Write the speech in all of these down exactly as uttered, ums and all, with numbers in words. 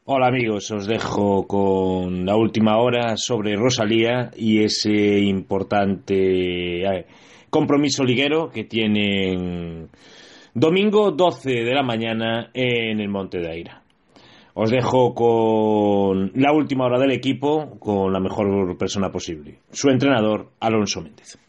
Hola amigos, os dejo con la última hora sobre Rosalía y ese importante eh, compromiso liguero que tienen domingo doce de la mañana en el Monte de Aira. Os dejo con la última hora del equipo con la mejor persona posible, su entrenador Alonso Méndez.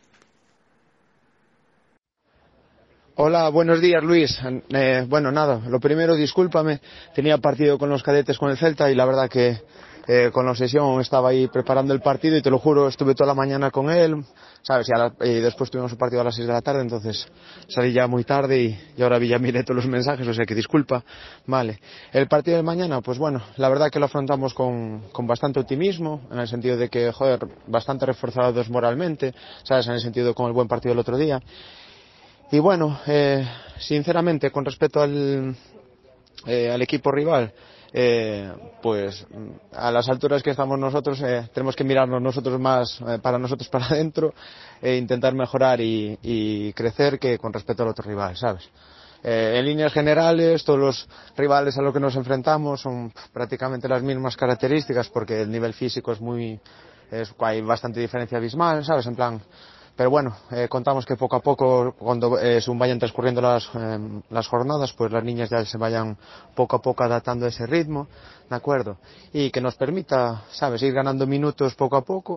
Hola, buenos días Luis. Eh, bueno, nada, lo primero, discúlpame, tenía partido con los cadetes con el Celta y la verdad que eh, con la obsesión estaba ahí preparando el partido y te lo juro, estuve toda la mañana con él, ¿sabes? Y, a la, y después tuvimos un partido a las seis de la tarde, entonces salí ya muy tarde y, y ahora vi ya miré todos los mensajes, o sea que disculpa. Vale, el partido de mañana, pues bueno, la verdad que lo afrontamos con, con bastante optimismo, en el sentido de que, joder, bastante reforzados moralmente, ¿sabes? En el sentido de con el buen partido del otro día. Y bueno, eh, sinceramente, con respecto al, eh, al equipo rival, eh, pues a las alturas que estamos nosotros, eh, tenemos que mirarnos nosotros más eh, para nosotros para adentro e intentar mejorar y, y crecer que con respecto al otro rival, ¿sabes? Eh, en líneas generales, todos los rivales a los que nos enfrentamos son prácticamente las mismas características porque el nivel físico es muy, es, hay bastante diferencia abismal, ¿sabes? En plan, pero bueno, eh, contamos que poco a poco, cuando eh, según vayan transcurriendo las, eh, las jornadas, pues las niñas ya se vayan poco a poco adaptando a ese ritmo, ¿de acuerdo? Y que nos permita, ¿sabes?, ir ganando minutos poco a poco.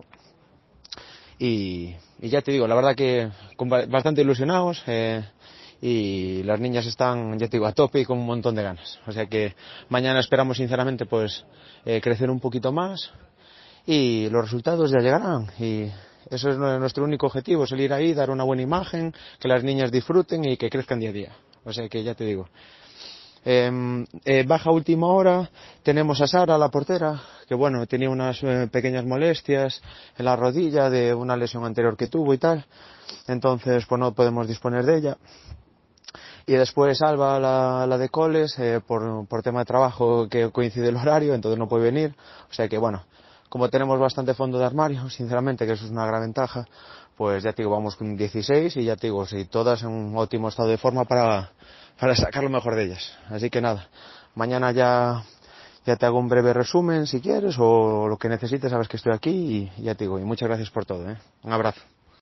Y, y ya te digo, la verdad que con bastante ilusionados, eh, y las niñas están, ya te digo, a tope y con un montón de ganas. O sea que mañana esperamos sinceramente pues eh, crecer un poquito más y los resultados ya llegarán. Y eso es nuestro único objetivo, salir ahí, dar una buena imagen, que las niñas disfruten y que crezcan día a día. O sea que ya te digo. Eh, eh, baja última hora, tenemos a Sara, la portera, que bueno, tenía unas eh, pequeñas molestias en la rodilla de una lesión anterior que tuvo y tal. Entonces pues no podemos disponer de ella. Y después Alba, la, la de Coles, eh, por, por tema de trabajo que coincide el horario, entonces no puede venir. O sea que bueno, como tenemos bastante fondo de armario, sinceramente, que eso es una gran ventaja, pues ya te digo, vamos con dieciséis y ya te digo, sí, todas en un ótimo estado de forma para, para sacar lo mejor de ellas. Así que nada, mañana ya, ya te hago un breve resumen si quieres o lo que necesites, sabes que estoy aquí y ya te digo, y muchas gracias por todo, ¿eh? Un abrazo.